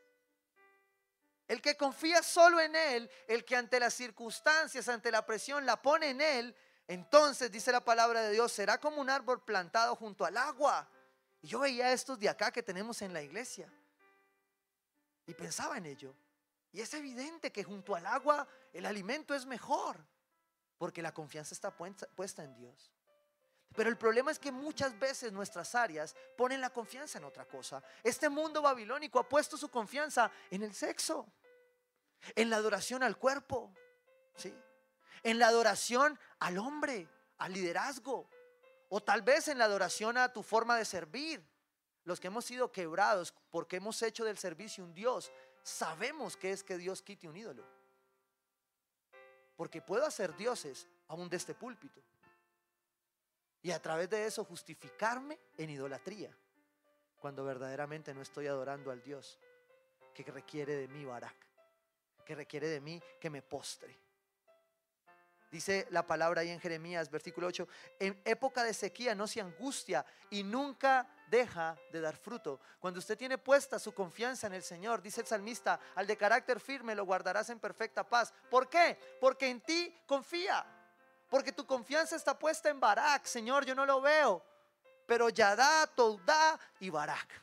El que confía solo en Él, el que ante las circunstancias, ante la presión la pone en Él, entonces dice la palabra de Dios, será como un árbol plantado junto al agua. Y yo veía estos de acá que tenemos en la iglesia y pensaba en ello. Y es evidente que junto al agua el alimento es mejor, porque la confianza está puesta en Dios. Pero el problema es que muchas veces nuestras áreas ponen la confianza en otra cosa. Este mundo babilónico ha puesto su confianza en el sexo, en la adoración al cuerpo, ¿sí? En la adoración al hombre, al liderazgo, o tal vez en la adoración a tu forma de servir. Los que hemos sido quebrados porque hemos hecho del servicio un Dios, sabemos que es que Dios quite un ídolo, porque puedo hacer dioses aún de este púlpito y a través de eso justificarme en idolatría, cuando verdaderamente no estoy adorando al Dios que requiere de mí Barak, que requiere de mí que me postre. Dice la palabra ahí en Jeremías versículo ocho, en época de sequía no se angustia y nunca deja de dar fruto. Cuando usted tiene puesta su confianza en el Señor, dice el salmista, al de carácter firme lo guardarás en perfecta paz. ¿Por qué? Porque en ti confía, porque tu confianza está puesta en Barak. Señor, yo no lo veo, pero Yadá, Toudá y Barak.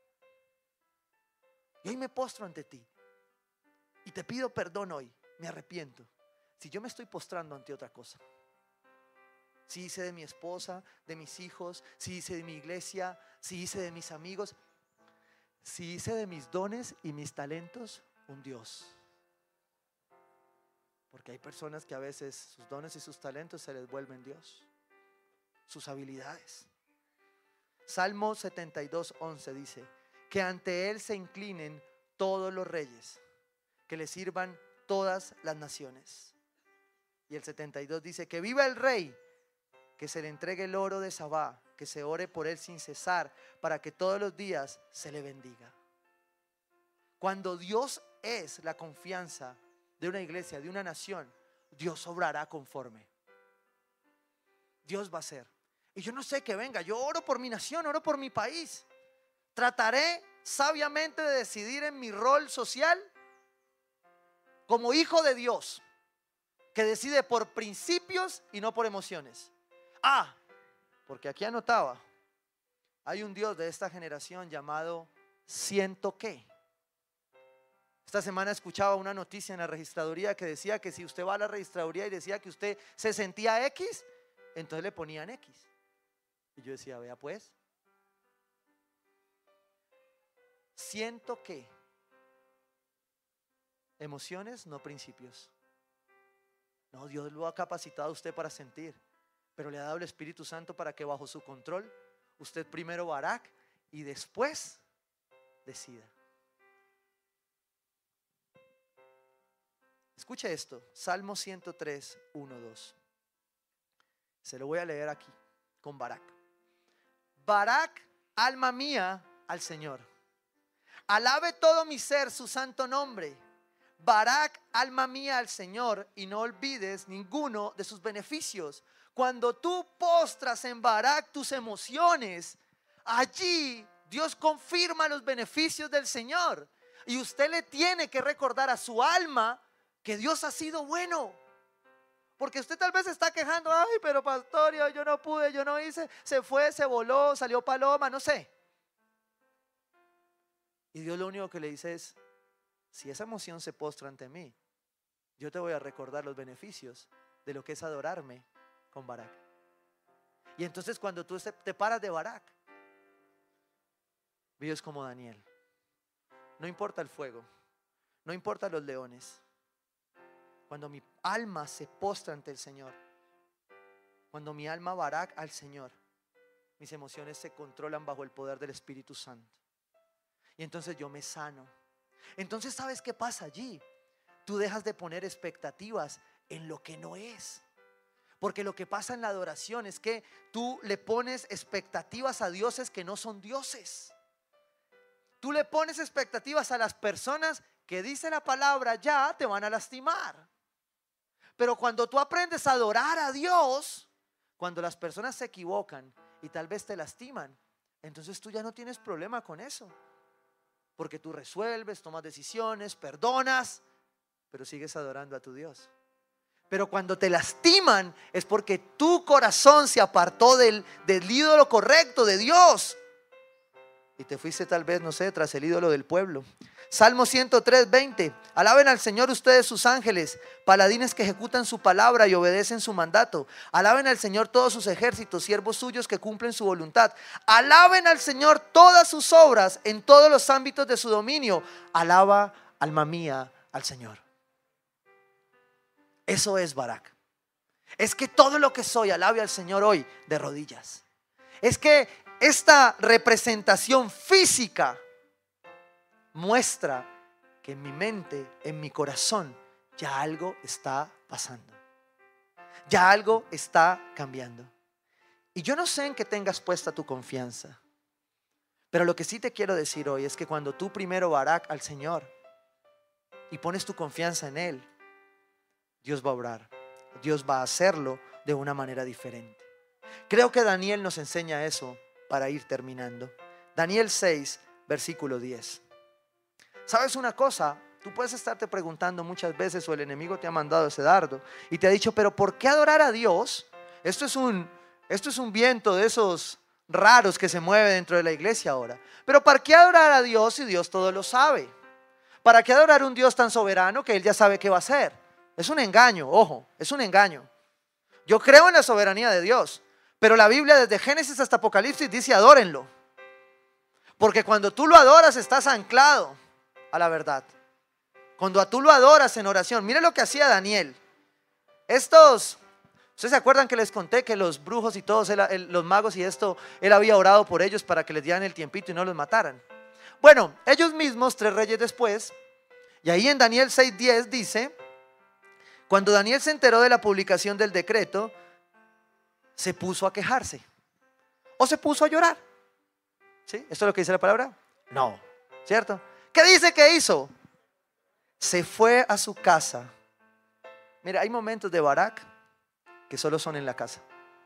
Y hoy me postro ante ti y te pido perdón hoy, me arrepiento si yo me estoy postrando ante otra cosa. Si hice de mi esposa, de mis hijos, si hice de mi iglesia, si hice de mis amigos, si hice de mis dones y mis talentos un Dios. Porque hay personas que a veces sus dones y sus talentos se les vuelven Dios, sus habilidades. Salmo setenta y dos, once dice, que ante Él se inclinen todos los reyes, que le sirvan todas las naciones. Y el setenta y dos dice, que viva el rey, que se le entregue el oro de Sabá, que se ore por él sin cesar, para que todos los días se le bendiga. Cuando Dios es la confianza de una iglesia, de una nación, Dios obrará conforme. Dios va a hacer. Y yo no sé qué venga, yo oro por mi nación, oro por mi país. Trataré sabiamente de decidir en mi rol social como hijo de Dios, que decide por principios y no por emociones. Ah, porque aquí anotaba, hay un Dios de esta generación llamado siento qué. Esta semana escuchaba una noticia en la registraduría que decía que si usted va a la registraduría y decía que usted se sentía X, entonces le ponían X. Y yo decía, vea pues, siento qué. Emociones, no principios. No, Dios lo ha capacitado a usted para sentir, pero le ha dado el Espíritu Santo para que bajo su control usted primero Barak y después decida. Escuche esto, Salmo ciento tres, uno, dos. Se lo voy a leer aquí con Barak. Barak, alma mía, al Señor. Alabe todo mi ser su santo nombre. Barak, alma mía, al Señor, y no olvides ninguno de sus beneficios. Cuando tú postras en Barak tus emociones, allí Dios confirma los beneficios del Señor. Y usted le tiene que recordar a su alma que Dios ha sido bueno. Porque usted tal vez está quejando, ay, pero pastor, yo, yo no pude, yo no hice, se fue, se voló, salió paloma, no sé. Y Dios lo único que le dice es, si esa emoción se postra ante mí, yo te voy a recordar los beneficios de lo que es adorarme con Barak. Y entonces cuando tú te paras de Barak, vives como Daniel. No importa el fuego, no importa los leones. Cuando mi alma se postra ante el Señor, cuando mi alma Barak al Señor, mis emociones se controlan bajo el poder del Espíritu Santo. Y entonces yo me sano. Entonces, ¿sabes qué pasa allí? tú dejas de poner expectativas en lo que no es. Porque lo que pasa en la adoración es que tú le pones expectativas a dioses que no son dioses. Tú le pones expectativas a las personas que dice la palabra ya te van a lastimar. Pero cuando tú aprendes a adorar a Dios, cuando las personas se equivocan y tal vez te lastiman, entonces tú ya no tienes problema con eso. Porque tú resuelves, tomas decisiones, perdonas, pero sigues adorando a tu Dios. Pero cuando te lastiman es porque tu corazón se apartó del, del ídolo correcto de Dios. Y te fuiste tal vez, no sé, tras el ídolo del pueblo. Salmo ciento tres, veinte. Alaben al Señor ustedes sus ángeles, paladines que ejecutan su palabra y obedecen su mandato. Alaben al Señor todos sus ejércitos, siervos suyos que cumplen su voluntad. Alaben al Señor todas sus obras en todos los ámbitos de su dominio. Alaba, alma mía, al Señor. Eso es Barak. Es que todo lo que soy alabe al Señor hoy de rodillas. Es que esta representación física muestra que en mi mente, en mi corazón, ya algo está pasando. Ya algo está cambiando. Y yo no sé en qué tengas puesta tu confianza, pero lo que sí te quiero decir hoy es que cuando tú primero Barak al Señor y pones tu confianza en Él, Dios va a obrar. Dios va a hacerlo de una manera diferente. Creo que Daniel nos enseña eso para ir terminando. Daniel seis, versículo diez. ¿Sabes una cosa? Tú puedes estarte preguntando muchas veces, o el enemigo te ha mandado ese dardo y te ha dicho, pero ¿por qué adorar a Dios? Esto es un, esto es un viento de esos raros que se mueve dentro de la iglesia ahora. Pero ¿para qué adorar a Dios si Dios todo lo sabe? ¿Para qué adorar a un Dios tan soberano que Él ya sabe qué va a hacer? Es un engaño, ojo, es un engaño. Yo creo en la soberanía de Dios, pero la Biblia desde Génesis hasta Apocalipsis dice adórenlo. Porque cuando tú lo adoras estás anclado a la verdad. Cuando tú lo adoras en oración, mire lo que hacía Daniel. Estos, ¿ustedes se acuerdan que les conté que los brujos y todos, él, él, los magos y esto, él había orado por ellos para que les dieran el tiempito y no los mataran? Bueno, ellos mismos, tres reyes después, y ahí en Daniel seis diez dice, cuando Daniel se enteró de la publicación del decreto, se puso a quejarse o se puso a llorar. ¿Sí? ¿Esto es lo que dice la palabra? No, ¿cierto? ¿Qué dice que hizo? Se fue a su casa. Mira, hay momentos de Barak que solo son en la casa.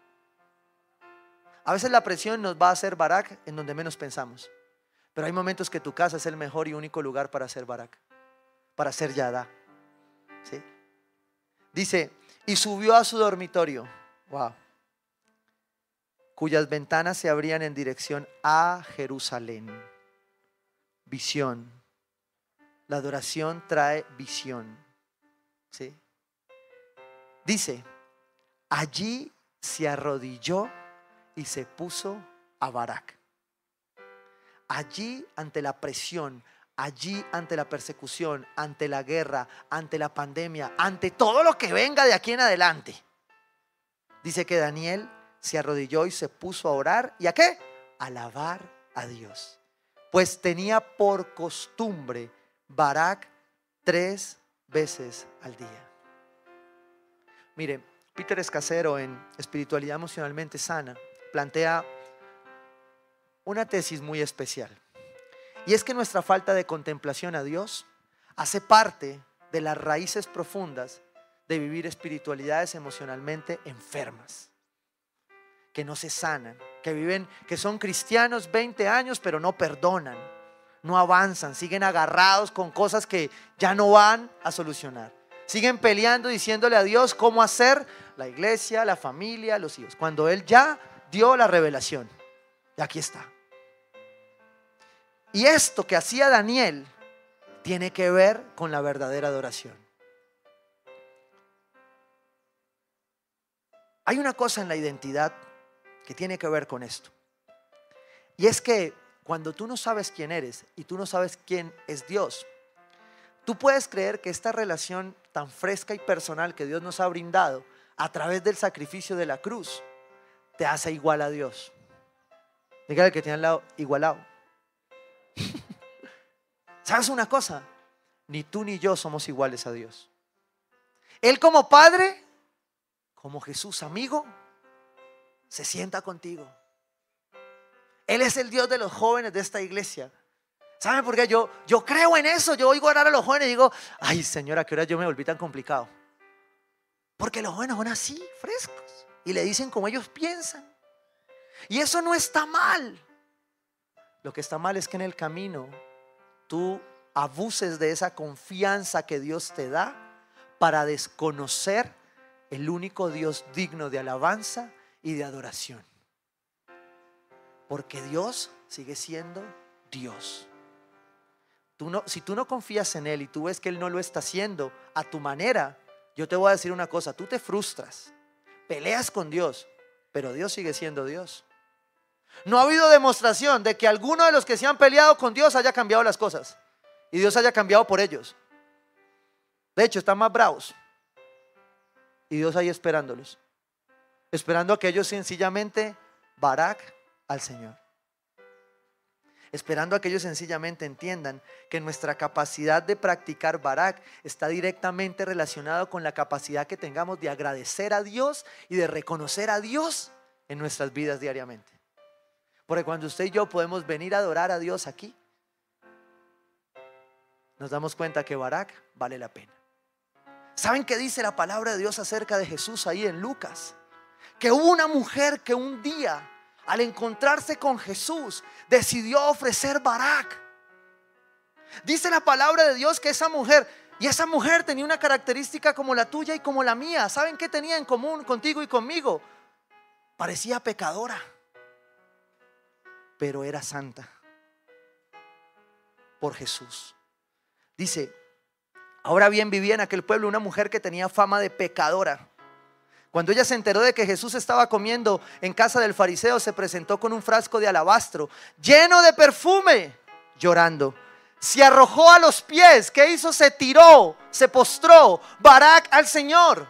A veces la presión nos va a hacer Barak en donde menos pensamos. Pero hay momentos que tu casa es el mejor y único lugar para hacer Barak, para hacer Yadá. ¿Sí? Dice, y subió a su dormitorio. Wow. Cuyas ventanas se abrían en dirección a Jerusalén. Visión. La adoración trae visión. ¿Sí? Dice, allí se arrodilló y se puso a Barak. Allí ante la presión, allí ante la persecución, ante la guerra, ante la pandemia, ante todo lo que venga de aquí en adelante. Dice que Daniel se arrodilló y se puso a orar. ¿Y a qué? A alabar a Dios. Pues tenía por costumbre Barak tres veces al día. Mire, Peter Escasero en Espiritualidad Emocionalmente Sana plantea una tesis muy especial. Y es que nuestra falta de contemplación a Dios hace parte de las raíces profundas de vivir espiritualidades emocionalmente enfermas, que no se sanan, que viven, que son cristianos veinte años pero no perdonan, no avanzan, siguen agarrados con cosas que ya no van a solucionar. Siguen peleando diciéndole a Dios cómo hacer la iglesia, la familia, los hijos, cuando Él ya dio la revelación. Y aquí está. Y esto que hacía Daniel tiene que ver con la verdadera adoración. Hay una cosa en la identidad que tiene que ver con esto. Y es que cuando tú no sabes quién eres y tú no sabes quién es Dios, tú puedes creer que esta relación tan fresca y personal que Dios nos ha brindado a través del sacrificio de la cruz te hace igual a Dios. Dígale al que tiene al lado, igualado. ¿Sabes una cosa? ni tú ni yo somos iguales a Dios. Él como padre, como Jesús amigo, se sienta contigo. Él es el Dios de los jóvenes de esta iglesia. ¿Saben por qué? Yo, yo creo en eso. Yo oigo orar a los jóvenes y digo, ay Señor, ¿a qué hora yo me volví tan complicado? Porque los jóvenes son así, frescos, y le dicen como ellos piensan. Y eso no está mal. Lo que está mal es que en el camino tú abuses de esa confianza que Dios te da para desconocer el único Dios digno de alabanza y de adoración. Porque Dios sigue siendo Dios. Tú no, si tú no confías en Él y tú ves que Él no lo está haciendo a tu manera, yo te voy a decir una cosa: tú te frustras, peleas con Dios, pero Dios sigue siendo Dios. No ha habido demostración de que alguno de los que se han peleado con Dios haya cambiado las cosas y Dios haya cambiado por ellos. De hecho, están más bravos y Dios ahí esperándolos, esperando a que ellos sencillamente Barak al Señor, esperando a que ellos sencillamente entiendan que nuestra capacidad de practicar Barak está directamente relacionado con la capacidad que tengamos de agradecer a Dios y de reconocer a Dios en nuestras vidas diariamente. Porque cuando usted y yo podemos venir a adorar a Dios aquí, nos damos cuenta que Barak vale la pena. ¿Saben qué dice la palabra de Dios acerca de Jesús ahí en Lucas? Que hubo una mujer que un día, al encontrarse con Jesús, decidió ofrecer Barak. Dice la palabra de Dios que esa mujer, y esa mujer tenía una característica como la tuya y como la mía. ¿Saben qué tenía en común contigo y conmigo? Parecía pecadora, pero era santa por Jesús. Dice: ahora bien, vivía en aquel pueblo una mujer que tenía fama de pecadora. Cuando ella se enteró de que Jesús estaba comiendo en casa del fariseo, se presentó con un frasco de alabastro lleno de perfume, llorando. Se arrojó a los pies. ¿Qué hizo? Se tiró, se postró Barak al Señor.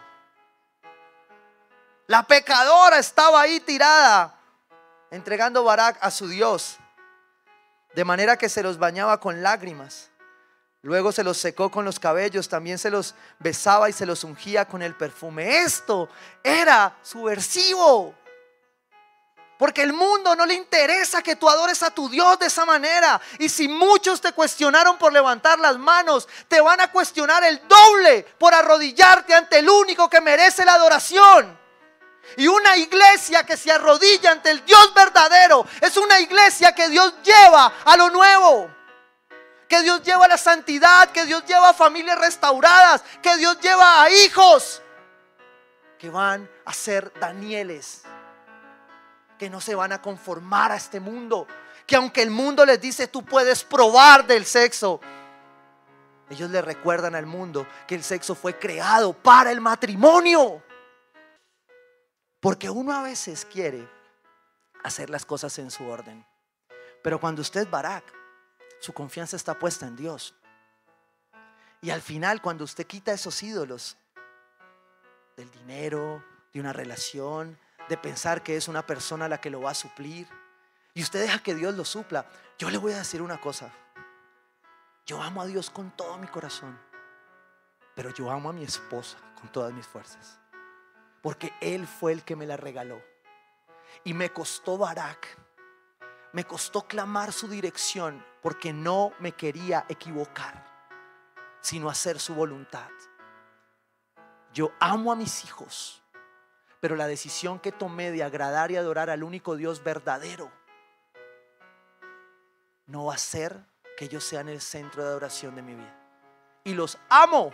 La pecadora estaba ahí tirada, entregando Barak a su Dios, de manera que se los bañaba con lágrimas. Luego se los secó con los cabellos, también se los besaba y se los ungía con el perfume. Esto era subversivo, porque el mundo no le interesa que tú adores a tu Dios de esa manera. Y si muchos te cuestionaron por levantar las manos, te van a cuestionar el doble por arrodillarte ante el único que merece la adoración. Y una iglesia que se arrodilla ante el Dios verdadero es una iglesia que Dios lleva a lo nuevo, que Dios lleva a la santidad, que Dios lleva a familias restauradas, que Dios lleva a hijos que van a ser Danieles, que no se van a conformar a este mundo, que aunque el mundo les dice tú puedes probar del sexo, ellos le recuerdan al mundo que el sexo fue creado para el matrimonio. Porque uno a veces quiere hacer las cosas en su orden, pero cuando usted es Barak, su confianza está puesta en Dios. Y al final, cuando usted quita esos ídolos del dinero, de una relación, de pensar que es una persona la que lo va a suplir, y usted deja que Dios lo supla, yo le voy a decir una cosa: yo amo a Dios con todo mi corazón, pero yo amo a mi esposa con todas mis fuerzas, porque Él fue el que me la regaló. Y me costó Barak, me costó clamar su dirección, porque no me quería equivocar, sino hacer su voluntad. Yo amo a mis hijos, pero la decisión que tomé de agradar y adorar al único Dios verdadero no va a ser que ellos sean el centro de adoración de mi vida. Y los amo,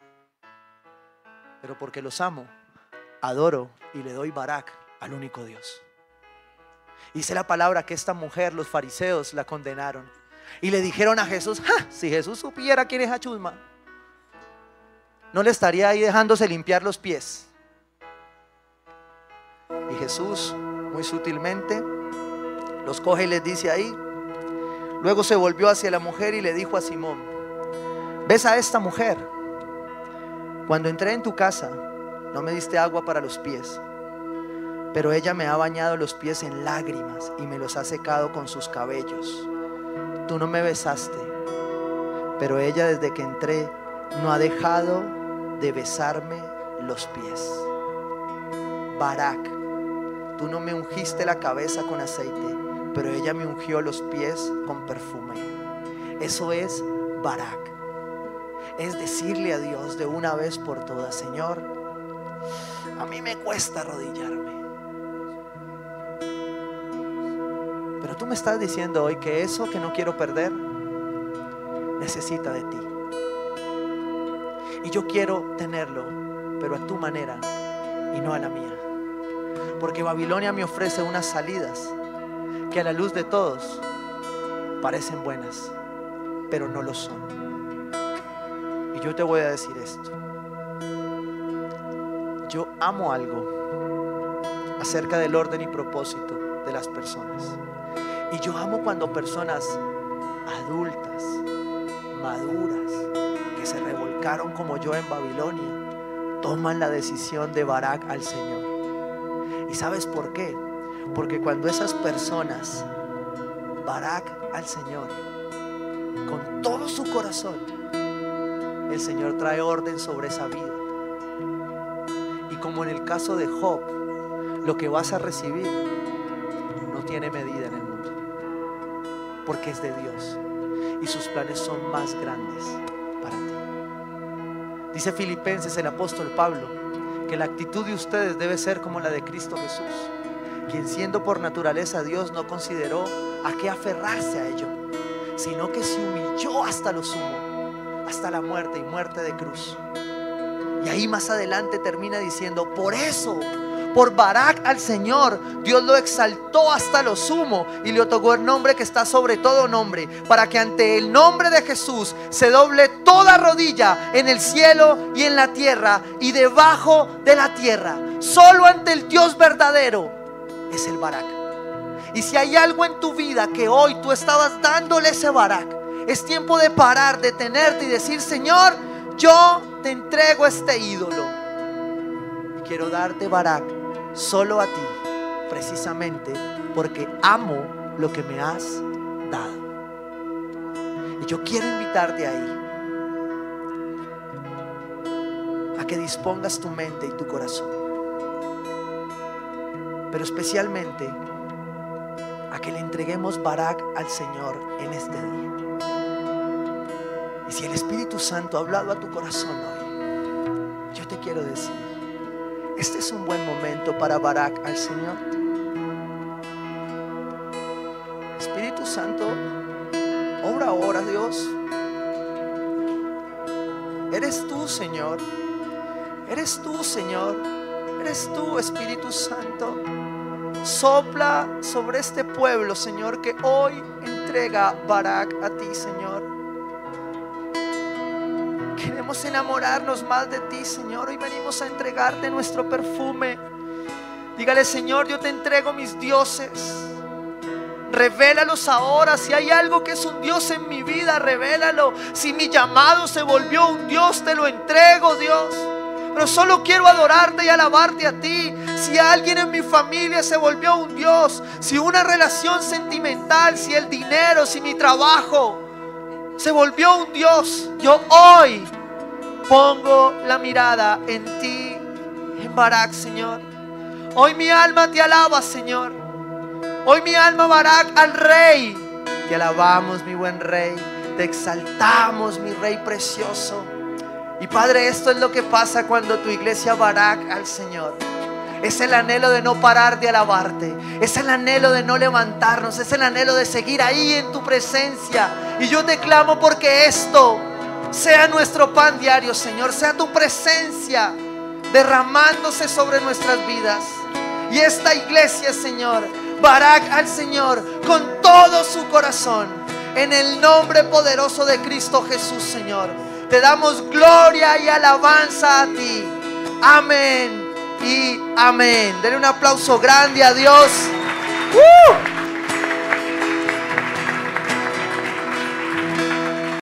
pero porque los amo, adoro y le doy Barak al único Dios. Dice la palabra que esta mujer, los fariseos la condenaron y le dijeron a Jesús: ¡ja! Si Jesús supiera quién es Achusma, no le estaría ahí dejándose limpiar los pies. Y Jesús muy sutilmente los coge y les dice ahí. Luego se volvió hacia la mujer y le dijo a Simón: ¿ves a esta mujer? Cuando entré en tu casa no me diste agua para los pies, pero ella me ha bañado los pies en lágrimas y me los ha secado con sus cabellos. Tú no me besaste, pero ella desde que entré no ha dejado de besarme los pies. Barak, tú no me ungiste la cabeza con aceite, pero ella me ungió los pies con perfume. Eso es Barak. Es decirle a Dios de una vez por todas: Señor, a mí me cuesta arrodillarme, pero tú me estás diciendo hoy que eso que no quiero perder necesita de ti, y yo quiero tenerlo, pero a tu manera y no a la mía, porque Babilonia me ofrece unas salidas que a la luz de todos parecen buenas, pero no lo son. Y yo te voy a decir esto: yo amo algo acerca del orden y propósito de las personas, y yo amo cuando personas adultas, maduras, que se revolcaron como yo en Babilonia, toman la decisión de Barak al Señor. ¿Y sabes por qué? Porque cuando esas personas Barak al Señor con todo su corazón, el Señor trae orden sobre esa vida. Y como en el caso de Job, lo que vas a recibir no tiene medida en el mundo, porque es de Dios y sus planes son más grandes para ti. Dice Filipenses el apóstol Pablo que la actitud de ustedes debe ser como la de Cristo Jesús, quien siendo por naturaleza Dios no consideró a qué aferrarse a ello, sino que se humilló hasta lo sumo, hasta la muerte y muerte de cruz. Y ahí más adelante termina diciendo: por eso, por Barak al Señor, Dios lo exaltó hasta lo sumo y le otorgó el nombre que está sobre todo nombre, para que ante el nombre de Jesús se doble toda rodilla en el cielo y en la tierra y debajo de la tierra. Solo ante el Dios verdadero es el Barak. Y si hay algo en tu vida que hoy tú estabas dándole ese Barak, es tiempo de parar, detenerte y decir: Señor, yo te entrego este ídolo y quiero darte Barak solo a ti, precisamente porque amo lo que me has dado. Y yo quiero invitarte ahí a que dispongas tu mente y tu corazón, pero especialmente a que le entreguemos Barak al Señor en este día. Y si el Espíritu Santo ha hablado a tu corazón hoy, yo te quiero decir: este es un buen momento para Barak al Señor. Espíritu Santo, obra ahora, Dios. Eres tú, Señor. Eres tú, Señor. Eres tú, Espíritu Santo. Sopla sobre este pueblo, Señor, que hoy entrega Barak a ti, Señor. Queremos enamorarnos más de ti, Señor. Hoy venimos a entregarte nuestro perfume. Dígale: Señor, yo te entrego mis dioses. Revélalos ahora. Si hay algo que es un Dios en mi vida, revélalo. Si mi llamado se volvió un Dios, te lo entrego, Dios. Pero solo quiero adorarte y alabarte a ti. Si alguien en mi familia se volvió un Dios, si una relación sentimental, si el dinero, si mi trabajo se volvió un Dios, yo hoy pongo la mirada en ti, en Barak, Señor. Hoy mi alma te alaba, Señor. Hoy mi alma, Barak, al Rey. Te alabamos, mi buen Rey. Te exaltamos, mi Rey precioso. Y Padre, esto es lo que pasa cuando tu iglesia Barak al Señor. Es el anhelo de no parar de alabarte. Es el anhelo de no levantarnos. Es el anhelo de seguir ahí en tu presencia. Y yo te clamo porque esto sea nuestro pan diario, Señor. Sea tu presencia derramándose sobre nuestras vidas. Y esta iglesia, Señor, Barak al Señor con todo su corazón. En el nombre poderoso de Cristo Jesús, Señor, te damos gloria y alabanza a ti. Amén y amén. Denle un aplauso grande a Dios.